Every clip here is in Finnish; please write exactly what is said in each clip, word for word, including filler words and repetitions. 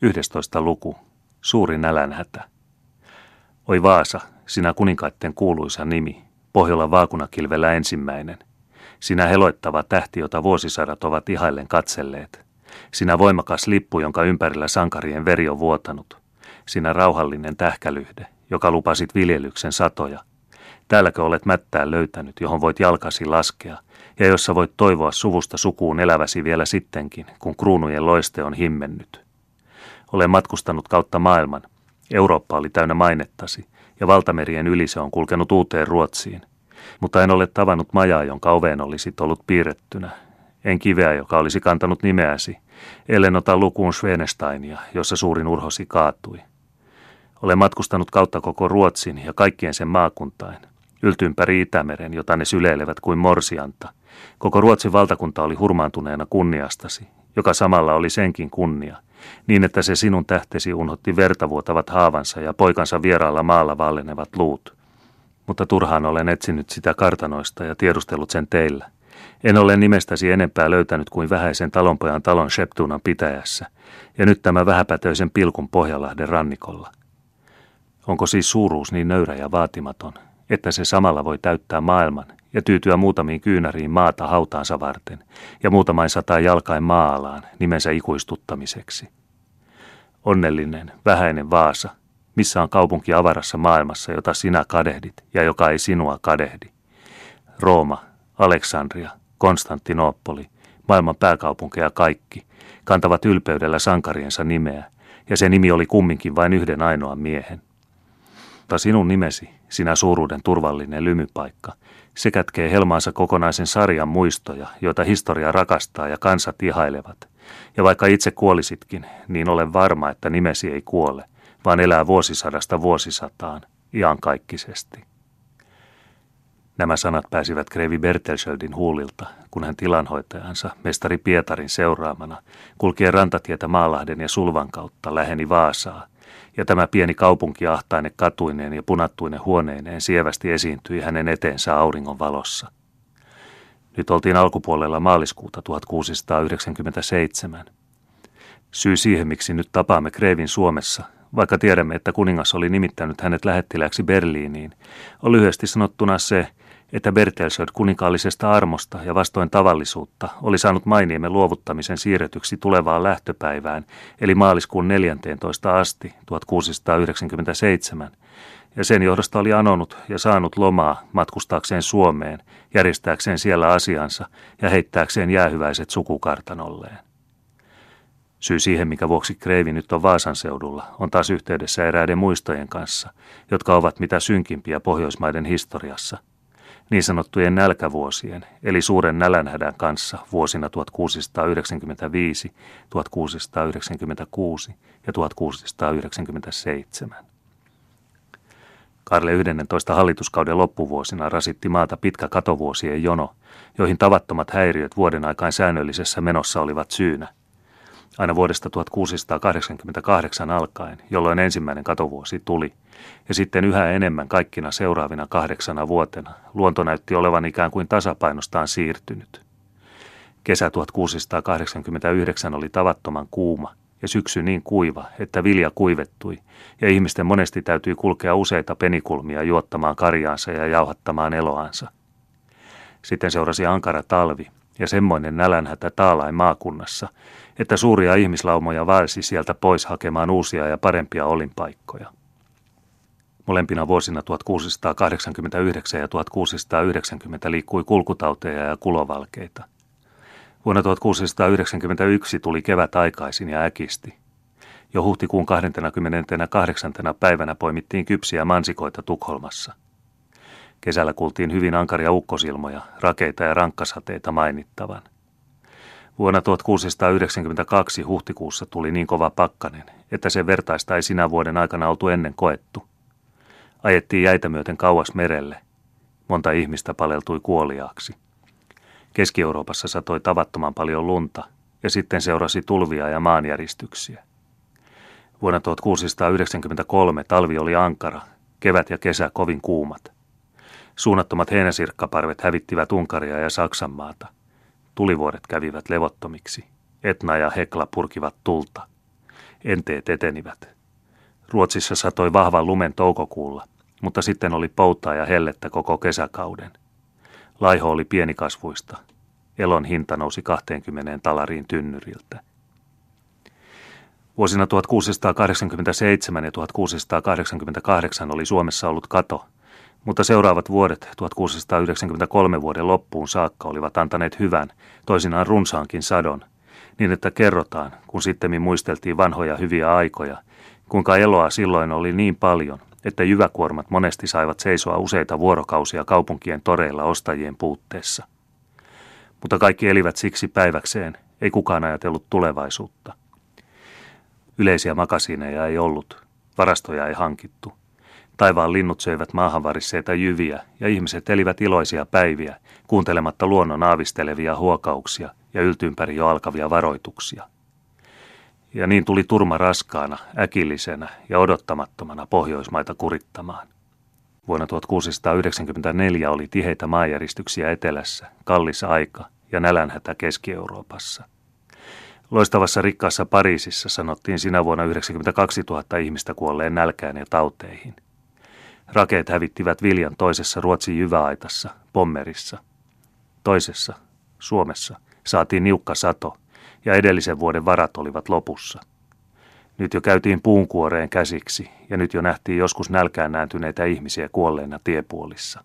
Yhdestoista luku. Suuri nälänhätä. Oi Vaasa, sinä kuninkaitten kuuluisa nimi, Pohjolan vaakunakilvellä ensimmäinen. Sinä heloittava tähti, jota vuosisadat ovat ihaillen katselleet. Sinä voimakas lippu, jonka ympärillä sankarien veri on vuotanut. Sinä rauhallinen tähkälyhde, joka lupasit viljelyksen satoja. Täälläkö olet mättää löytänyt, johon voit jalkasi laskea, ja jossa voit toivoa suvusta sukuun eläväsi vielä sittenkin, kun kruunujen loiste on himmennyt. Olen matkustanut kautta maailman. Eurooppa oli täynnä mainettasi, ja valtamerien yli se on kulkenut uuteen Ruotsiin. Mutta en ole tavannut majaa, jonka oveen olisit ollut piirrettynä. En kiveä, joka olisi kantanut nimeäsi, ellen ota lukuun Schwenesteinia, jossa suurin urhosi kaatui. Olen matkustanut kautta koko Ruotsin ja kaikkien sen maakuntain. Yltympäri Itämeren, jota ne syleilevät kuin morsianta. Koko Ruotsin valtakunta oli hurmaantuneena kunniastasi, joka samalla oli senkin kunnia, niin että se sinun tähtesi unhotti vertavuotavat haavansa ja poikansa vieraalla maalla vallenevat luut. Mutta turhaan olen etsinyt sitä kartanoista ja tiedustellut sen teillä. En ole nimestäsi enempää löytänyt kuin vähäisen talonpojan talon Sheptunan pitäjässä, ja nyt tämä vähäpätöisen pilkun Pohjalahden rannikolla. Onko siis suuruus niin nöyrä ja vaatimaton, että se samalla voi täyttää maailman ja tyytyä muutamiin kyynäriin maata hautaansa varten ja muutamain sataan jalkain maa-alaan nimensä ikuistuttamiseksi? Onnellinen, vähäinen Vaasa, missä on kaupunki avarassa maailmassa, jota sinä kadehdit ja joka ei sinua kadehdi? Rooma, Aleksandria, Konstantinooppoli, maailman pääkaupunkeja kaikki, kantavat ylpeydellä sankariensa nimeä, ja se nimi oli kumminkin vain yhden ainoan miehen. Mutta sinun nimesi, sinä suuruuden turvallinen lymypaikka, se kätkee helmaansa kokonaisen sarjan muistoja, joita historia rakastaa ja kansat ihailevat. Ja vaikka itse kuolisitkin, niin olen varma, että nimesi ei kuole, vaan elää vuosisadasta vuosisataan, iankaikkisesti. Nämä sanat pääsivät kreivi Bertelschöldin huulilta, kun hän tilanhoitajansa, mestari Pietarin seuraamana, kulkien rantatietä Maalahden ja Sulvan kautta läheni Vaasaa, ja tämä pieni kaupunki ahtaine katuineen ja punattuinen huoneineen sievästi esiintyi hänen eteensä auringon valossa. Nyt oltiin alkupuolella maaliskuuta tuhatkuusisataayhdeksänkymmentäseitsemän. Syy siihen, miksi nyt tapaamme kreivin Suomessa, vaikka tiedämme, että kuningas oli nimittänyt hänet lähettiläksi Berliiniin, on lyhyesti sanottuna se, että Bertelschöld kuninkaallisesta armosta ja vastoin tavallisuutta oli saanut Mainiemen luovuttamisen siirretyksi tulevaan lähtöpäivään, eli maaliskuun neljänteentoista asti tuhatkuusisataayhdeksänkymmentäseitsemän, ja sen johdosta oli anonut ja saanut lomaa matkustaakseen Suomeen, järjestääkseen siellä asiansa ja heittääkseen jäähyväiset sukukartanolleen. Syy siihen, mikä vuoksi kreivi nyt on Vaasan seudulla, on taas yhteydessä eräiden muistojen kanssa, jotka ovat mitä synkimpiä Pohjoismaiden historiassa. Niin sanottujen nälkävuosien, eli suuren nälänhädän kanssa vuosina tuhatkuusisataayhdeksänkymmentäviisi, tuhatkuusisataayhdeksänkymmentäkuusi ja tuhatkuusisataayhdeksänkymmentäseitsemän. Karle yhdennentoista hallituskauden loppuvuosina rasitti maata pitkä katovuosien jono, joihin tavattomat häiriöt vuoden aikaan säännöllisessä menossa olivat syynä. Aina vuodesta tuhatkuusisataakahdeksankymmentäkahdeksan alkaen, jolloin ensimmäinen katovuosi tuli, ja sitten yhä enemmän kaikkina seuraavina kahdeksana vuotena, luonto näytti olevan ikään kuin tasapainostaan siirtynyt. Kesä tuhatkuusisataakahdeksankymmentäyhdeksän oli tavattoman kuuma ja syksy niin kuiva, että vilja kuivettui, ja ihmisten monesti täytyi kulkea useita penikulmia juottamaan karjaansa ja jauhattamaan eloansa. Sitten seurasi ankara talvi ja semmoinen nälänhätä Taalain maakunnassa, että suuria ihmislaumoja vaelsi sieltä pois hakemaan uusia ja parempia olinpaikkoja. Molempina vuosina tuhatkuusisataakahdeksankymmentäyhdeksän ja tuhatkuusisataayhdeksänkymmentä liikkui kulkutauteja ja kulovalkeita. Vuonna tuhatkuusisataayhdeksänkymmentäyksi tuli kevät aikaisin ja äkisti. Jo huhtikuun kahdeskymmeneskahdeksas päivänä poimittiin kypsiä mansikoita Tukholmassa. Kesällä kuultiin hyvin ankaria ukkosilmoja, rakeita ja rankkasateita mainittavan. Vuonna tuhatkuusisataayhdeksänkymmentäkaksi huhtikuussa tuli niin kova pakkanen, että sen vertaista ei sinä vuoden aikana oltu ennen koettu. Ajettiin jäitä myöten kauas merelle. Monta ihmistä paleltui kuoliaaksi. Keski-Euroopassa satoi tavattoman paljon lunta, ja sitten seurasi tulvia ja maanjäristyksiä. Vuonna tuhatkuusisataayhdeksänkymmentäkolme talvi oli ankara, kevät ja kesä kovin kuumat. Suunnattomat heinäsirkkaparvet hävittivät Unkaria ja Saksanmaata. Tulivuoret kävivät levottomiksi. Etna ja Hekla purkivat tulta. Enteet etenivät. Ruotsissa satoi vahvan lumen toukokuulla, mutta sitten oli poutaa ja hellettä koko kesäkauden. Laiho oli pienikasvuista. Elon hinta nousi kaksikymmentä talariin tynnyriltä. Vuosina tuhatkuusisataakahdeksankymmentäseitsemän ja tuhatkuusisataakahdeksankymmentäkahdeksan oli Suomessa ollut kato, mutta seuraavat vuodet tuhatkuusisataayhdeksänkymmentäkolme vuoden loppuun saakka olivat antaneet hyvän, toisinaan runsaankin sadon, niin että kerrotaan, kun sittemmin muisteltiin vanhoja hyviä aikoja, kuinka eloa silloin oli niin paljon, että jyväkuormat monesti saivat seisoa useita vuorokausia kaupunkien toreilla ostajien puutteessa. Mutta kaikki elivät siksi päiväkseen, ei kukaan ajatellut tulevaisuutta. Yleisiä makasiineja ei ollut, varastoja ei hankittu. Taivaan linnut söivät maahanvarisseita jyviä ja ihmiset elivät iloisia päiviä, kuuntelematta luonnon aavistelevia huokauksia ja yltyympäri jo alkavia varoituksia. Ja niin tuli turma raskaana, äkillisenä ja odottamattomana Pohjoismaita kurittamaan. Vuonna tuhatkuusisataayhdeksänkymmentäneljä oli tiheitä maanjäristyksiä etelässä, kallis aika ja nälänhätä Keski-Euroopassa. Loistavassa rikkaassa Pariisissa sanottiin sinä vuonna yhdeksänkymmentäkaksituhatta ihmistä kuolleen nälkään ja tauteihin. Rakeet hävittivät viljan toisessa Ruotsin jyväaitassa, Pommerissa. Toisessa, Suomessa, saatiin niukka sato ja edellisen vuoden varat olivat lopussa. Nyt jo käytiin puunkuoreen käsiksi ja nyt jo nähtiin joskus nälkään nääntyneitä ihmisiä kuolleina tiepuolissa.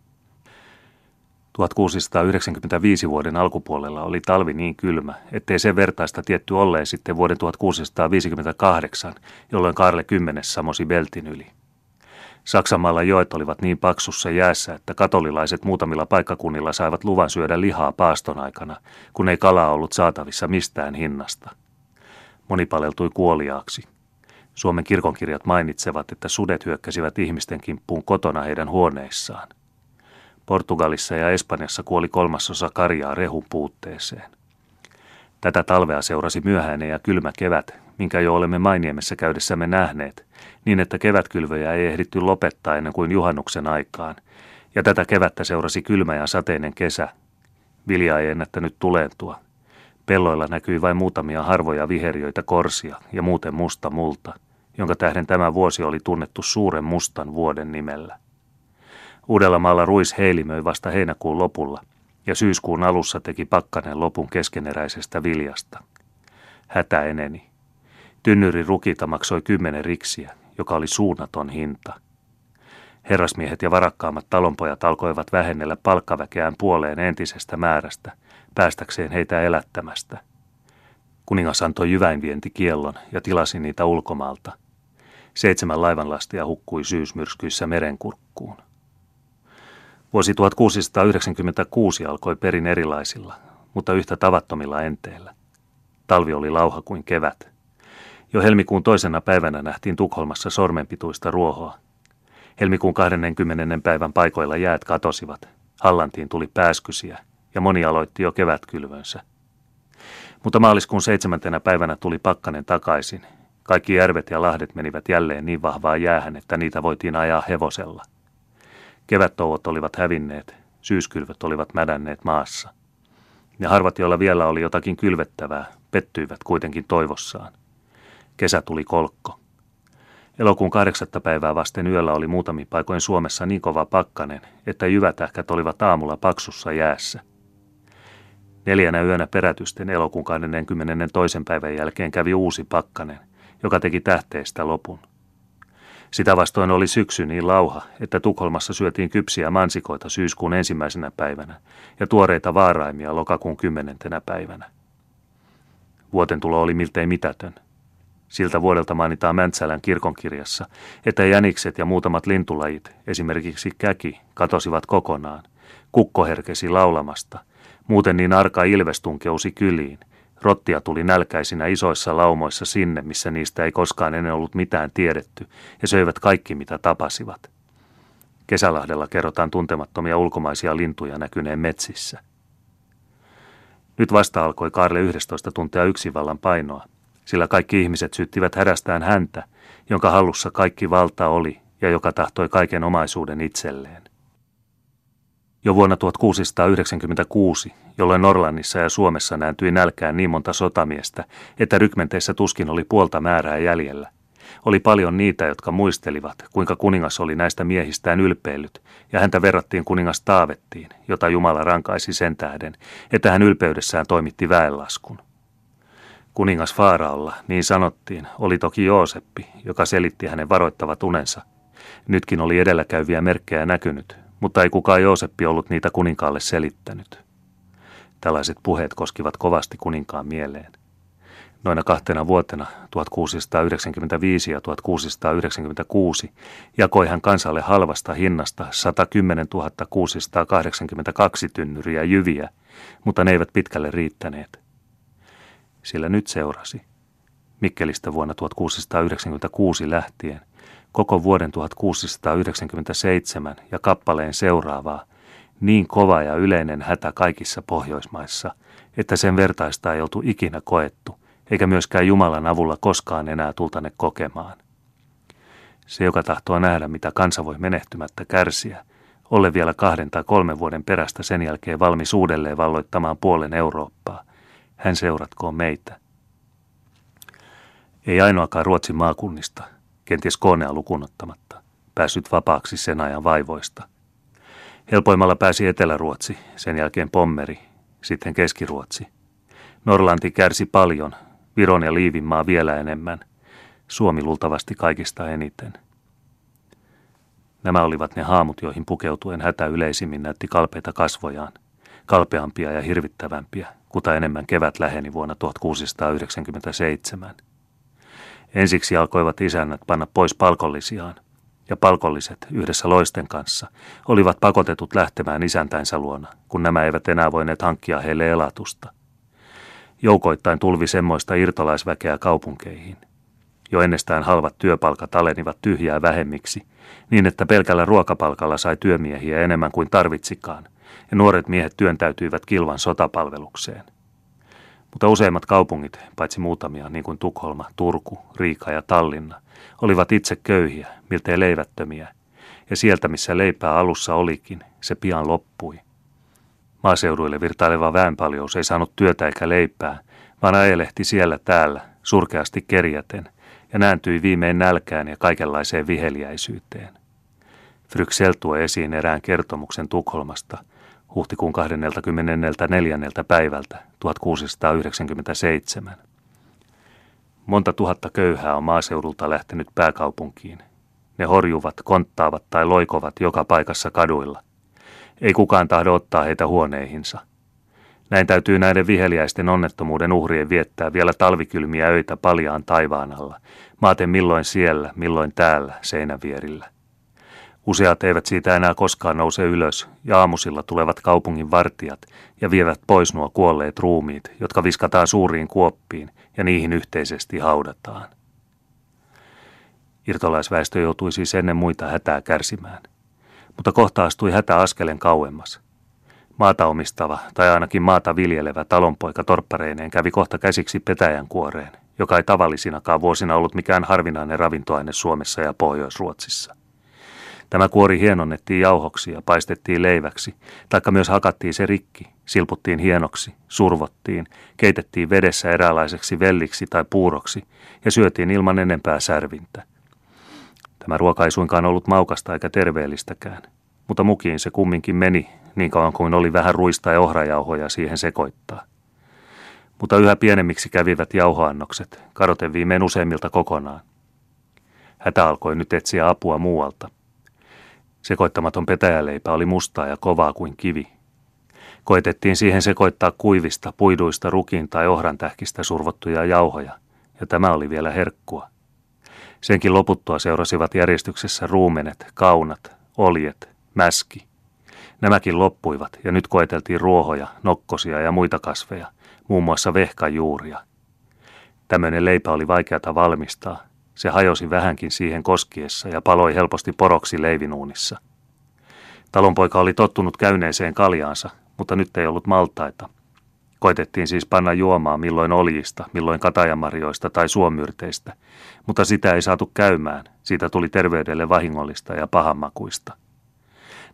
tuhatkuusisataayhdeksänkymmentäviisi vuoden alkupuolella oli talvi niin kylmä, ettei sen vertaista tietty olleen sitten vuoden tuhatkuusisataaviisikymmentäkahdeksan, jolloin Karle kymmenes samosi Beltin yli. Saksanmaalla joet olivat niin paksussa jäässä, että katolilaiset muutamilla paikkakunnilla saivat luvan syödä lihaa paaston aikana, kun ei kalaa ollut saatavissa mistään hinnasta. Moni paleltui kuoliaaksi. Suomen kirkonkirjat mainitsevat, että sudet hyökkäsivät ihmisten kimppuun kotona heidän huoneissaan. Portugalissa ja Espanjassa kuoli kolmasosa karjaa rehun puutteeseen. Tätä talvea seurasi myöhäinen ja kylmä kevät, minkä jo olemme Mainiemessä käydessämme nähneet, niin että kevätkylvöjä ei ehditty lopettaa ennen kuin juhannuksen aikaan, ja tätä kevättä seurasi kylmä ja sateinen kesä. Vilja ei ennättänyt tuleentua. Pelloilla näkyi vain muutamia harvoja viheriöitä korsia ja muuten musta multa, jonka tähden tämä vuosi oli tunnettu suuren mustan vuoden nimellä. Uudellamaalla ruis heilimöi vasta heinäkuun lopulla, ja syyskuun alussa teki pakkanen lopun keskeneräisestä viljasta. Hätä eneni. Tynnyri rukita maksoi kymmenen riksiä, joka oli suunnaton hinta. Herrasmiehet ja varakkaammat talonpojat alkoivat vähennellä palkkaväkeään puoleen entisestä määrästä, päästäkseen heitä elättämästä. Kuningas antoi jyväinvientikiellon ja tilasi niitä ulkomaalta. Seitsemän laivanlastia hukkui syysmyrskyissä merenkurkkuun. Vuosi tuhatkuusisataayhdeksänkymmentäkuusi alkoi perin erilaisilla, mutta yhtä tavattomilla enteillä. Talvi oli lauha kuin kevät. Jo helmikuun toisena päivänä nähtiin Tukholmassa sormenpituista ruohoa. Helmikuun kahdennenkymmenennen päivän paikoilla jäät katosivat, Hallantiin tuli pääskysiä ja moni aloitti jo kevätkylvönsä. Mutta maaliskuun seitsemäntenä päivänä tuli pakkanen takaisin. Kaikki järvet ja lahdet menivät jälleen niin vahvaa jäähän, että niitä voitiin ajaa hevosella. Kevättouot olivat hävinneet, syyskylvöt olivat mädänneet maassa. Ja harvat, joilla vielä oli jotakin kylvettävää, pettyivät kuitenkin toivossaan. Kesä tuli kolkko. Elokuun kahdeksatta päivää vasten yöllä oli muutamin paikoin Suomessa niin kova pakkanen, että jyvätähkät olivat aamulla paksussa jäässä. Neljänä yönä perätysten elokuun kahdeskymmenestoinen päivän jälkeen kävi uusi pakkanen, joka teki tähteestä lopun. Sitä vastoin oli syksy niin lauha, että Tukholmassa syötiin kypsiä mansikoita syyskuun ensimmäisenä päivänä ja tuoreita vaaraimia lokakuun kymmenentenä päivänä. Vuotentulo oli miltei mitätön. Siltä vuodelta mainitaan Mäntsälän kirkonkirjassa, että jänikset ja muutamat lintulajit, esimerkiksi käki, katosivat kokonaan. Kukko herkesi laulamasta. Muuten niin arka ilves tunkeusi kyliin. Rottia tuli nälkäisinä isoissa laumoissa sinne, missä niistä ei koskaan ennen ollut mitään tiedetty, ja söivät kaikki, mitä tapasivat. Kesälahdella kerrotaan tuntemattomia ulkomaisia lintuja näkyneen metsissä. Nyt vasta alkoi Karle yhdestoista tuntea yksinvallan painoa, sillä kaikki ihmiset syyttivät hädästään häntä, jonka hallussa kaikki valta oli ja joka tahtoi kaiken omaisuuden itselleen. Jo vuonna tuhatkuusisataayhdeksänkymmentäkuusi, jolloin Norlannissa ja Suomessa nääntyi nälkään niin monta sotamiestä, että rykmenteissä tuskin oli puolta määrää jäljellä, oli paljon niitä, jotka muistelivat, kuinka kuningas oli näistä miehistään ylpeillyt, ja häntä verrattiin kuningas Taavettiin, jota Jumala rankaisi sen tähden, että hän ylpeydessään toimitti väenlaskun. Kuningas Faaraolla, niin sanottiin, oli toki Jooseppi, joka selitti hänen varoittavat unensa. Nytkin oli edelläkäyviä merkkejä näkynyt, mutta ei kukaan Jooseppi ollut niitä kuninkaalle selittänyt. Tällaiset puheet koskivat kovasti kuninkaan mieleen. Noina kahtena vuotena, tuhatkuusisataayhdeksänkymmentäviisi ja tuhatkuusisataayhdeksänkymmentäkuusi, jakoi hän kansalle halvasta hinnasta sata kymmenentuhatta kuusisataakahdeksankymmentäkaksi tynnyriä jyviä, mutta ne eivät pitkälle riittäneet. Sillä nyt seurasi, Mikkelistä vuonna tuhatkuusisataayhdeksänkymmentäkuusi lähtien, koko vuoden tuhatkuusisataayhdeksänkymmentäseitsemän ja kappaleen seuraavaa, niin kova ja yleinen hätä kaikissa Pohjoismaissa, että sen vertaista ei oltu ikinä koettu, eikä myöskään Jumalan avulla koskaan enää tultane kokemaan. Se, joka tahtoo nähdä, mitä kansa voi menehtymättä kärsiä, ole vielä kahden tai kolmen vuoden perästä sen jälkeen valmis uudelleen valloittamaan puolen Eurooppaa, hän seuratkoon meitä. Ei ainoakaan Ruotsin maakunnista, kenties Koonea lukunottamatta, päässyt vapaaksi sen ajan vaivoista. Helpoimmalla pääsi Etelä-Ruotsi, sen jälkeen Pommeri, sitten Keski-Ruotsi. Norlanti kärsi paljon, Viron ja Liivinmaa vielä enemmän, Suomi luultavasti kaikista eniten. Nämä olivat ne haamut, joihin pukeutuen hätä yleisimmin näytti kalpeita kasvojaan, kalpeampia ja hirvittävämpiä, kuta enemmän kevät läheni vuonna tuhatkuusisataayhdeksänkymmentäseitsemän. Ensiksi alkoivat isännät panna pois palkollisiaan, ja palkolliset yhdessä loisten kanssa olivat pakotetut lähtemään isäntäinsä luona, kun nämä eivät enää voineet hankkia heille elatusta. Joukoittain tulvi semmoista irtolaisväkeä kaupunkeihin. Jo ennestään halvat työpalkat alenivat tyhjää vähemmiksi, niin että pelkällä ruokapalkalla sai työmiehiä enemmän kuin tarvitsikaan, ja nuoret miehet työntäytyivät kilvan sotapalvelukseen. Mutta useimmat kaupungit, paitsi muutamia niin kuin Tukholma, Turku, Riika ja Tallinna, olivat itse köyhiä, miltei leivättömiä, ja sieltä missä leipää alussa olikin, se pian loppui. Maaseuduille virtaileva väenpaljous ei saanut työtä eikä leipää, vaan ajelehti siellä täällä, surkeasti kerjäten, ja nääntyi viimein nälkään ja kaikenlaiseen viheliäisyyteen. Fryxell tuo esiin erään kertomuksen Tukholmasta, huhtikuun kahdeskymmenesneljäs päivältä tuhatkuusisataayhdeksänkymmentäseitsemän. Monta tuhatta köyhää on maaseudulta lähtenyt pääkaupunkiin. Ne horjuvat, konttaavat tai loikovat joka paikassa kaduilla. Ei kukaan tahdo ottaa heitä huoneihinsa. Näin täytyy näiden viheliäisten onnettomuuden uhrien viettää vielä talvikylmiä öitä paljaan taivaan alla, maaten milloin siellä, milloin täällä, seinävierillä. Useat eivät siitä enää koskaan nouse ylös, ja aamusilla tulevat kaupungin vartijat ja vievät pois nuo kuolleet ruumiit, jotka viskataan suuriin kuoppiin ja niihin yhteisesti haudataan. Irtolaisväestö joutui siis ennen muita hätää kärsimään, mutta kohta astui hätä askelen kauemmas. Maata omistava tai ainakin maata viljelevä talonpoika torppareineen kävi kohta käsiksi petäjänkuoreen, joka ei tavallisinakaan vuosina ollut mikään harvinainen ravintoaine Suomessa ja Pohjois-Ruotsissa. Tämä kuori hienonnettiin jauhoksi ja paistettiin leiväksi, taikka myös hakattiin se rikki, silputtiin hienoksi, survottiin, keitettiin vedessä eräänlaiseksi velliksi tai puuroksi ja syötiin ilman enempää särvintä. Tämä ruoka ei suinkaan ollut maukasta eikä terveellistäkään, mutta mukiin se kumminkin meni, niin kauan kuin oli vähän ruista ja ohrajauhoja siihen sekoittaa. Mutta yhä pienemmiksi kävivät jauhoannokset, kadoten viimein useimmilta kokonaan. Hätä alkoi nyt etsiä apua muualta. Sekoittamaton petäjäleipä oli mustaa ja kovaa kuin kivi. Koetettiin siihen sekoittaa kuivista, puiduista rukin tai ohran tähkistä survottuja jauhoja, ja tämä oli vielä herkkua. Senkin loputtua seurasivat järjestyksessä ruumenet, kaunat, oljet, mäski. Nämäkin loppuivat, ja nyt koeteltiin ruohoja, nokkosia ja muita kasveja, muun muassa vehkajuuria. Tämmöinen leipä oli vaikeata valmistaa. Se hajosi vähänkin siihen koskiessa ja paloi helposti poroksi leivinuunissa. Talonpoika oli tottunut käyneeseen kaljaansa, mutta nyt ei ollut maltaita. Koitettiin siis panna juomaa milloin oljista, milloin katajamarjoista tai suomyrteistä, mutta sitä ei saatu käymään, siitä tuli terveydelle vahingollista ja pahanmakuista.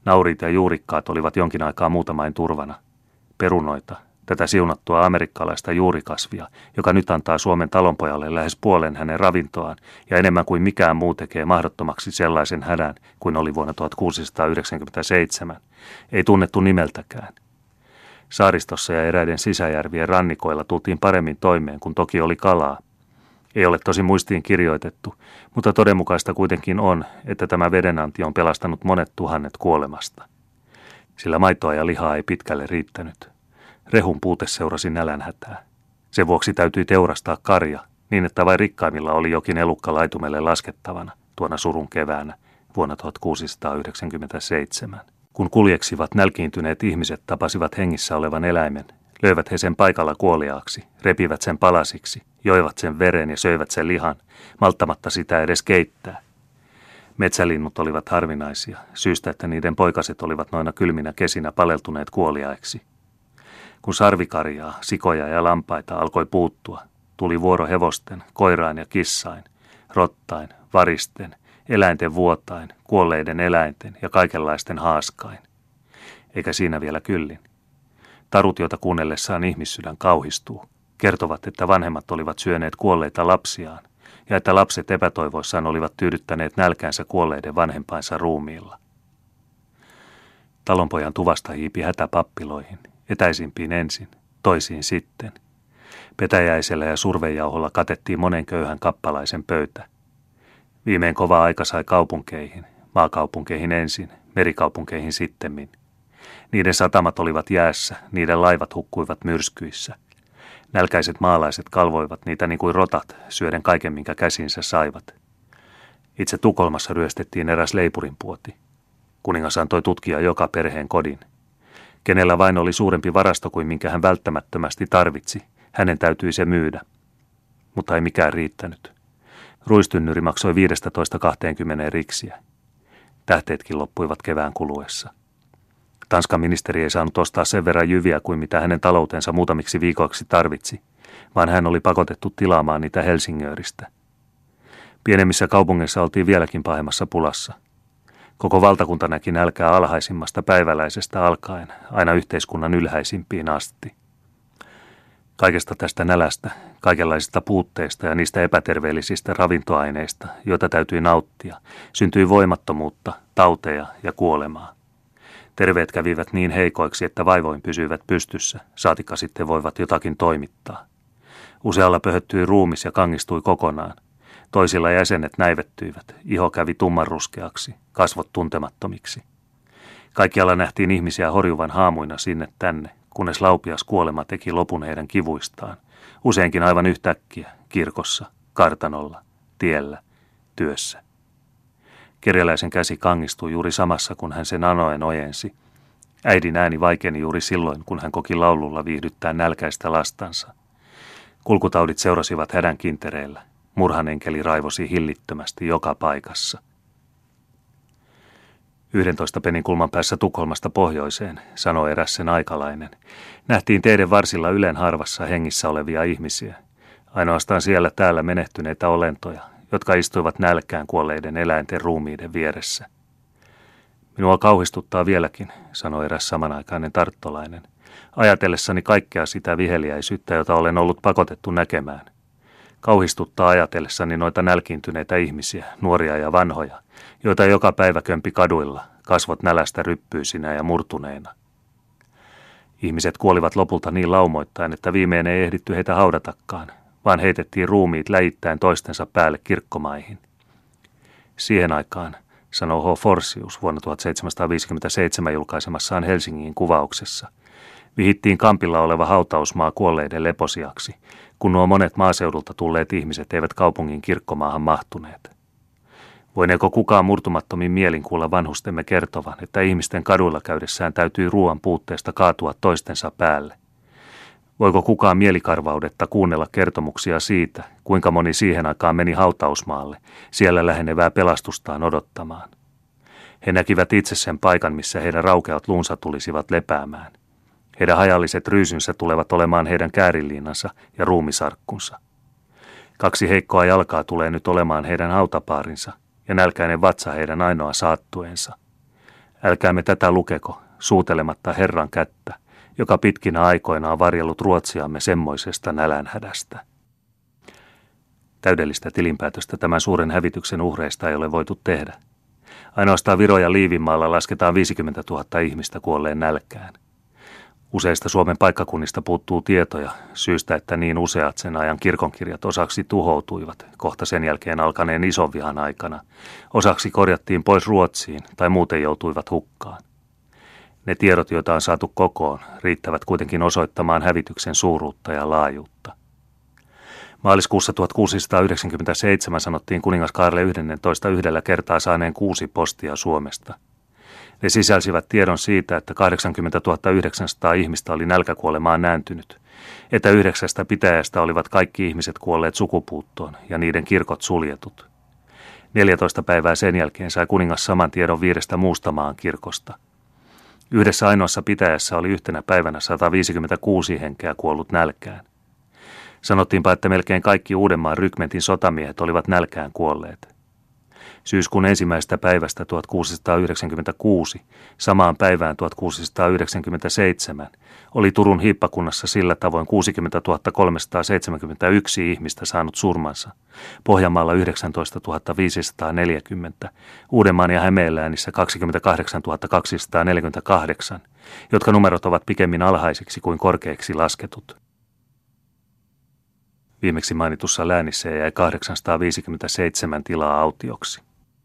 Naurit ja juurikkaat olivat jonkin aikaa muutamain turvana. Perunoita, tätä siunattua amerikkalaista juurikasvia, joka nyt antaa Suomen talonpojalle lähes puolen hänen ravintoaan ja enemmän kuin mikään muu tekee mahdottomaksi sellaisen hädän kuin oli vuonna tuhatkuusisataayhdeksänkymmentäseitsemän, ei tunnettu nimeltäkään. Saaristossa ja eräiden sisäjärvien rannikoilla tultiin paremmin toimeen, kun toki oli kalaa. Ei ole tosi muistiin kirjoitettu, mutta todenmukaista kuitenkin on, että tämä vedenanti on pelastanut monet tuhannet kuolemasta. Sillä maitoa ja lihaa ei pitkälle riittänyt. Rehun puute seurasi nälänhätää. Sen vuoksi täytyi teurastaa karja, niin että vain rikkaimmilla oli jokin elukka laitumelle laskettavana tuona surun keväänä vuonna tuhatkuusisataayhdeksänkymmentäseitsemän. Kun kuljeksivat nälkiintyneet ihmiset tapasivat hengissä olevan eläimen, löivät he sen paikalla kuoliaaksi, repivät sen palasiksi, joivat sen veren ja söivät sen lihan, malttamatta sitä edes keittää. Metsälinnut olivat harvinaisia, syystä että niiden poikaset olivat noina kylminä kesinä paleltuneet kuoliaiksi. Kun sarvikarjaa, sikoja ja lampaita alkoi puuttua, tuli vuoro hevosten, koirain ja kissain, rottain, varisten, eläinten vuotain, kuolleiden eläinten ja kaikenlaisten haaskain. Eikä siinä vielä kyllin. Tarut, joita kuunnellessaan ihmissydän kauhistuu, kertovat, että vanhemmat olivat syöneet kuolleita lapsiaan ja että lapset epätoivoissaan olivat tyydyttäneet nälkäänsä kuolleiden vanhempainsa ruumiilla. Talonpojan tuvasta hiipi hätä pappiloihin, etäisimpiin ensin, toisiin sitten. Petäjäisellä ja survejauholla katettiin monen köyhän kappalaisen pöytä. Viimein kova aika sai kaupunkeihin, maakaupunkeihin ensin, merikaupunkeihin sittemmin. Niiden satamat olivat jäässä, niiden laivat hukkuivat myrskyissä. Nälkäiset maalaiset kalvoivat niitä niin kuin rotat, syöden kaiken minkä käsinsä saivat. Itse Tukholmassa ryöstettiin eräs leipurinpuoti. Kuningas antoi tutkia joka perheen kodin. Kenellä vain oli suurempi varasto kuin minkä hän välttämättömästi tarvitsi, hänen täytyi se myydä. Mutta ei mikään riittänyt. Ruistynnyri maksoi viidestätoista kahteenkymmeneen riksiä. Tähteetkin loppuivat kevään kuluessa. Tanskan ministeri ei saanut ostaa sen verran jyviä kuin mitä hänen taloutensa muutamiksi viikoiksi tarvitsi, vaan hän oli pakotettu tilaamaan niitä Helsingöristä. Pienemmissä kaupungeissa oltiin vieläkin pahemmassa pulassa. Koko valtakunta näki nälkää alhaisimmasta päiväläisestä alkaen, aina yhteiskunnan ylhäisimpiin asti. Kaikesta tästä nälästä, kaikenlaisista puutteista ja niistä epäterveellisistä ravintoaineista, joita täytyi nauttia, syntyi voimattomuutta, tauteja ja kuolemaa. Terveet kävivät niin heikoiksi, että vaivoin pysyivät pystyssä, saatikka sitten voivat jotakin toimittaa. Usealla pöhöttyi ruumis ja kangistui kokonaan. Toisilla jäsenet näivettyivät, iho kävi tummanruskeaksi, kasvot tuntemattomiksi. Kaikkialla nähtiin ihmisiä horjuvan haamuina sinne tänne, kunnes laupias kuolema teki lopun heidän kivuistaan, useinkin aivan yhtäkkiä, kirkossa, kartanolla, tiellä, työssä. Kerjäläisen käsi kangistui juuri samassa, kun hän sen anoen ojensi. Äidin ääni vaikeni juuri silloin, kun hän koki laululla viihdyttää nälkäistä lastansa. Kulkutaudit seurasivat hädän kintereillä. Murhanenkeli raivosi hillittömästi joka paikassa. Yhdentoista penin kulman päässä Tukholmasta pohjoiseen, sanoi eräs sen aikalainen, nähtiin teiden varsilla Ylen harvassa hengissä olevia ihmisiä. Ainoastaan siellä täällä menehtyneitä olentoja, jotka istuivat nälkään kuolleiden eläinten ruumiiden vieressä. Minua kauhistuttaa vieläkin, sanoi eräs samanaikainen tarttolainen, ajatellessani kaikkea sitä viheliäisyyttä, jota olen ollut pakotettu näkemään. Kauhistuttaa ajatellessani noita nälkiintyneitä ihmisiä, nuoria ja vanhoja, joita joka päivä kömpi kaduilla, kasvot nälästä ryppyisinä ja murtuneina. Ihmiset kuolivat lopulta niin laumoittain, että viimein ei ehditty heitä haudatakaan, vaan heitettiin ruumiit läjittäen toistensa päälle kirkkomaihin. Siihen aikaan, sanoo H. Forsius vuonna tuhatseitsemänsataaviisikymmentäseitsemän julkaisemassaan Helsingin kuvauksessa, vihittiin kampilla oleva hautausmaa kuolleiden leposiaksi, kun nuo monet maaseudulta tulleet ihmiset eivät kaupungin kirkkomaahan mahtuneet. Voineeko kukaan murtumattomin mielin kuulla vanhustemme kertovan, että ihmisten kaduilla käydessään täytyy ruoan puutteesta kaatua toistensa päälle? Voiko kukaan mielikarvaudetta kuunnella kertomuksia siitä, kuinka moni siihen aikaan meni hautausmaalle, siellä lähenevää pelastustaan odottamaan? He näkivät itse sen paikan, missä heidän raukeat luunsa tulisivat lepäämään. Heidän hajalliset ryysynsä tulevat olemaan heidän käärinliinansa ja ruumisarkkunsa. Kaksi heikkoa jalkaa tulee nyt olemaan heidän hautapaarinsa ja nälkäinen vatsa heidän ainoa saattueensa. Älkäämme tätä lukeko, suutelematta Herran kättä, joka pitkinä aikoina on varjellut Ruotsiamme semmoisesta nälänhädästä. Täydellistä tilinpäätöstä tämän suuren hävityksen uhreista ei ole voitu tehdä. Ainoastaan Viro ja Liivinmaalla lasketaan viisikymmentätuhatta ihmistä kuolleen nälkään. Useista Suomen paikkakunnista puuttuu tietoja syystä, että niin useat sen ajan kirkonkirjat osaksi tuhoutuivat kohta sen jälkeen alkaneen ison vihan aikana. Osaksi korjattiin pois Ruotsiin tai muuten joutuivat hukkaan. Ne tiedot, joita on saatu kokoon, riittävät kuitenkin osoittamaan hävityksen suuruutta ja laajuutta. Maaliskuussa tuhatkuusisataayhdeksänkymmentäseitsemän sanottiin kuningas Kaarle yksitoista yhdellä kertaa saaneen kuusi postia Suomesta. Ne sisälsivät tiedon siitä, että kahdeksankymmentätuhatta ihmistä oli nälkäkuolemaan nääntynyt, että yhdeksästä pitäjästä olivat kaikki ihmiset kuolleet sukupuuttoon ja niiden kirkot suljetut. neljätoista päivää sen jälkeen sai kuningas saman tiedon viidestä muusta maan kirkosta. Yhdessä ainoassa pitäjässä oli yhtenä päivänä sata viisikymmentäkuusi henkeä kuollut nälkään. Sanottiinpa, että melkein kaikki Uudenmaan rykmentin sotamiehet olivat nälkään kuolleet. Syyskuun ensimmäisestä päivästä tuhatkuusisataayhdeksänkymmentäkuusi samaan päivään tuhatkuusisataayhdeksänkymmentäseitsemän oli Turun hiippakunnassa sillä tavoin kuusikymmentätuhatta kolmesataaseitsemänkymmentäyksi ihmistä saanut surmansa, Pohjanmaalla yhdeksäntoistatuhatta viisisataaneljäkymmentä, Uudenmaan ja Hämeenläänissä kaksikymmentäkahdeksantuhatta kaksisataaneljäkymmentäkahdeksan, jotka numerot ovat pikemmin alhaisiksi kuin korkeiksi lasketut. Viimeksi mainitussa läänissä jäi kahdeksansataaviisikymmentäseitsemän tilaa autioksi.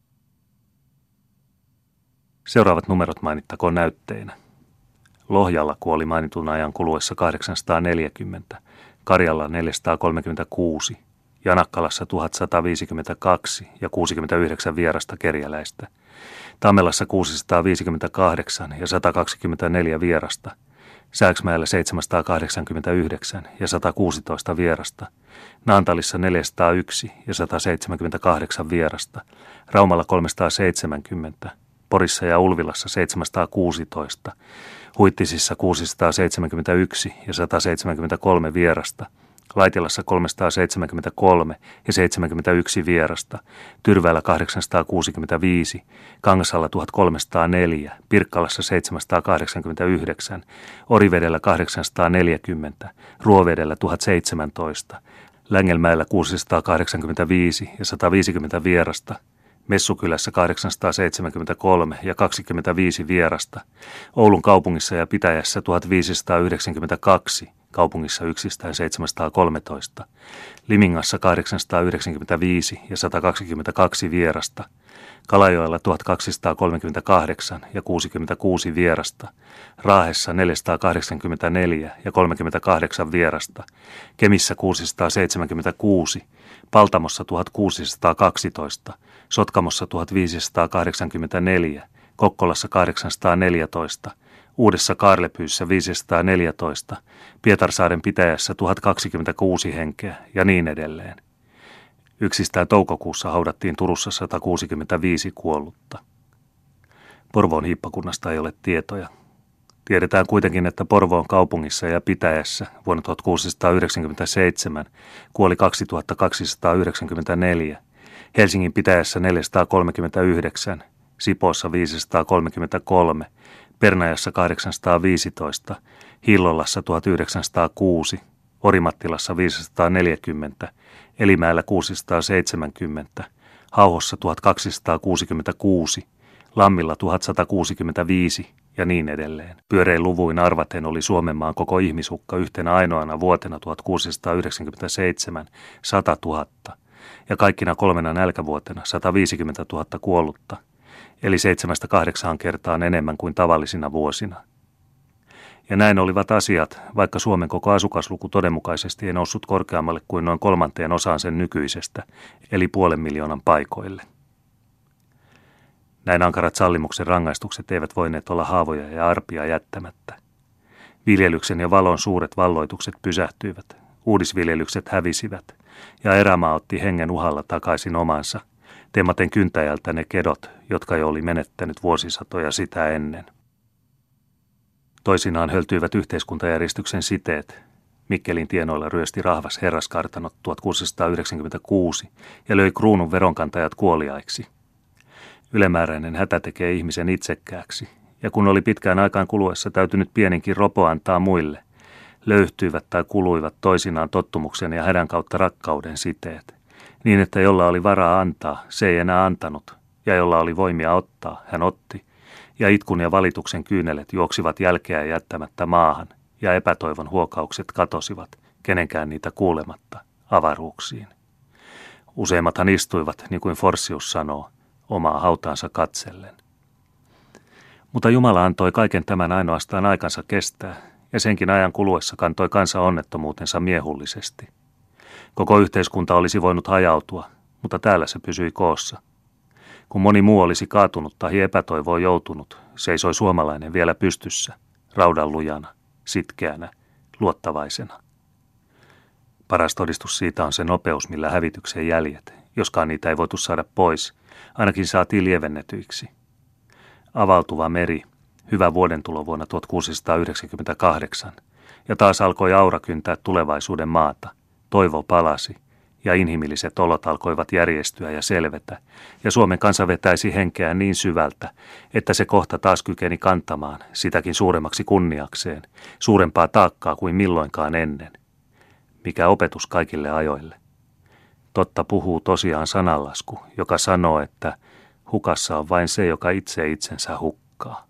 Seuraavat numerot mainittakoon näytteinä. Lohjalla kuoli mainitun ajan kuluessa kahdeksansataaneljäkymmentä, Karjalla neljäsataakolmekymmentäkuusi, Janakkalassa tuhatsataviisikymmentäkaksi ja kuusikymmentäyhdeksän vierasta kerjäläistä, Tammelassa kuusisataaviisikymmentäkahdeksan ja sata kaksikymmentäneljä vierasta, Sääksmäellä seitsemänsataakahdeksankymmentäyhdeksän ja sata kuusitoista vierasta, Naantalissa neljäsataayksi ja sata seitsemänkymmentäkahdeksan vierasta, Raumalla kolmesataaseitsemänkymmentä, Porissa ja Ulvilassa seitsemänsataakuusitoista, Huittisissa kuusisataaseitsemänkymmentäyksi ja sata seitsemänkymmentäkolme vierasta, Laitilassa kolmesataaseitsemänkymmentäkolme ja seitsemänkymmentäyksi vierasta, Tyrväällä kahdeksansataakuusikymmentäviisi, Kangasalla tuhatkolmesataaneljä, Pirkkalassa seitsemänsataakahdeksankymmentäyhdeksän, Orivedellä kahdeksansataaneljäkymmentä, Ruovedellä tuhatseitsemäntoista, Längelmäellä kuusisataakahdeksankymmentäviisi ja sata viisikymmentä vierasta, Messukylässä kahdeksansataaseitsemänkymmentäkolme ja kaksikymmentäviisi vierasta, Oulun kaupungissa ja pitäjässä tuhatviisisataayhdeksänkymmentäkaksi, kaupungissa yksistään seitsemänsataakolmetoista, Limingassa kahdeksansataayhdeksänkymmentäviisi ja sata kaksikymmentäkaksi vierasta, Kalajoella tuhatkaksisataakolmekymmentäkahdeksan ja kuusikymmentäkuusi vierasta, Raahessa neljäsataakahdeksankymmentäneljä ja kolmekymmentäkahdeksan vierasta, Kemissä kuusisataaseitsemänkymmentäkuusi, Paltamossa tuhatkuusisataakaksitoista, Sotkamossa tuhatviisisataakahdeksankymmentäneljä, Kokkolassa kahdeksansataaneljätoista, Uudessa Kaarlepyyssä viisisataaneljätoista, Pietarsaaren pitäjässä tuhatkaksikymmentäkuusi henkeä ja niin edelleen. Yksistään toukokuussa haudattiin Turussa sata kuusikymmentäviisi kuollutta. Porvoon hiippakunnasta ei ole tietoja. Tiedetään kuitenkin, että Porvoon kaupungissa ja pitäjässä vuonna tuhatkuusisataayhdeksänkymmentäseitsemän kuoli kaksituhattakaksisataayhdeksänkymmentäneljä, Helsingin pitäjässä neljäsataakolmekymmentäyhdeksän, Sipoossa viisisataakolmekymmentäkolme, Pernajassa kahdeksansataaviisitoista, Hillolassa tuhatyhdeksänsataakuusi, Orimattilassa viisisataaneljäkymmentä, Elimäellä kuusisataaseitsemänkymmentä, Hauhossa tuhatkaksisataakuusikymmentäkuusi, Lammilla tuhatsatakuusikymmentäviisi ja niin edelleen. Pyörein luvuin arvaten oli Suomenmaan koko ihmishukka yhtenä ainoana vuotena tuhatkuusisataayhdeksänkymmentäseitsemän satatuhatta ja kaikkina kolmena nälkävuotena sataviisikymmentätuhatta kuollutta, eli seitsemästä kahdeksaan kertaan enemmän kuin tavallisina vuosina. Ja näin olivat asiat, vaikka Suomen koko asukasluku todenmukaisesti ei noussut korkeammalle kuin noin kolmanteen osaan sen nykyisestä, eli puolen miljoonan paikoille. Näin ankarat sallimuksen rangaistukset eivät voineet olla haavoja ja arpia jättämättä. Viljelyksen ja valon suuret valloitukset pysähtyivät, uudisviljelykset hävisivät, ja erämaa otti hengen uhalla takaisin omansa, temmaten kyntäjältä ne kedot, jotka jo oli menettänyt vuosisatoja sitä ennen. Toisinaan höltyivät yhteiskuntajärjestyksen siteet. Mikkelin tienoilla ryösti rahvas herraskartanot tuhatkuusisataayhdeksänkymmentäkuusi ja löi kruunun veronkantajat kuoliaiksi. Ylemääräinen hätä tekee ihmisen itsekkääksi, ja kun oli pitkään aikaan kuluessa täytynyt pieninkin ropo antaa muille, löyhtyivät tai kuluivat toisinaan tottumuksen ja hädän kautta rakkauden siteet, niin että jolla oli varaa antaa, se ei enää antanut, ja jolla oli voimia ottaa, hän otti, ja itkun ja valituksen kyynelet juoksivat jälkeä jättämättä maahan, ja epätoivon huokaukset katosivat, kenenkään niitä kuulematta, avaruuksiin. Useimmathan istuivat, niin kuin Forsius sanoo, omaa hautaansa katsellen. Mutta Jumala antoi kaiken tämän ainoastaan aikansa kestää, ja senkin ajan kuluessa kantoi kansa onnettomuutensa miehullisesti. Koko yhteiskunta olisi voinut hajautua, mutta täällä se pysyi koossa. Kun moni muu olisi kaatunut tai epätoivoon joutunut, seisoi suomalainen vielä pystyssä, raudanlujana, sitkeänä, luottavaisena. Paras todistus siitä on se nopeus, millä hävityksen jäljet, joskaan niitä ei voitu saada pois, ainakin saatiin lievennetyiksi. Avautuva meri, hyvä vuodentulo vuonna tuhatkuusisataayhdeksänkymmentäkahdeksan, ja taas alkoi aura kyntää tulevaisuuden maata, toivo palasi, ja inhimilliset olot alkoivat järjestyä ja selvetä, ja Suomen kansa vetäisi henkeä niin syvältä, että se kohta taas kykeni kantamaan sitäkin suuremmaksi kunniakseen, suurempaa taakkaa kuin milloinkaan ennen. Mikä opetus kaikille ajoille. Totta puhuu tosiaan sananlasku, joka sanoo, että hukassa on vain se, joka itse itsensä hukkaa.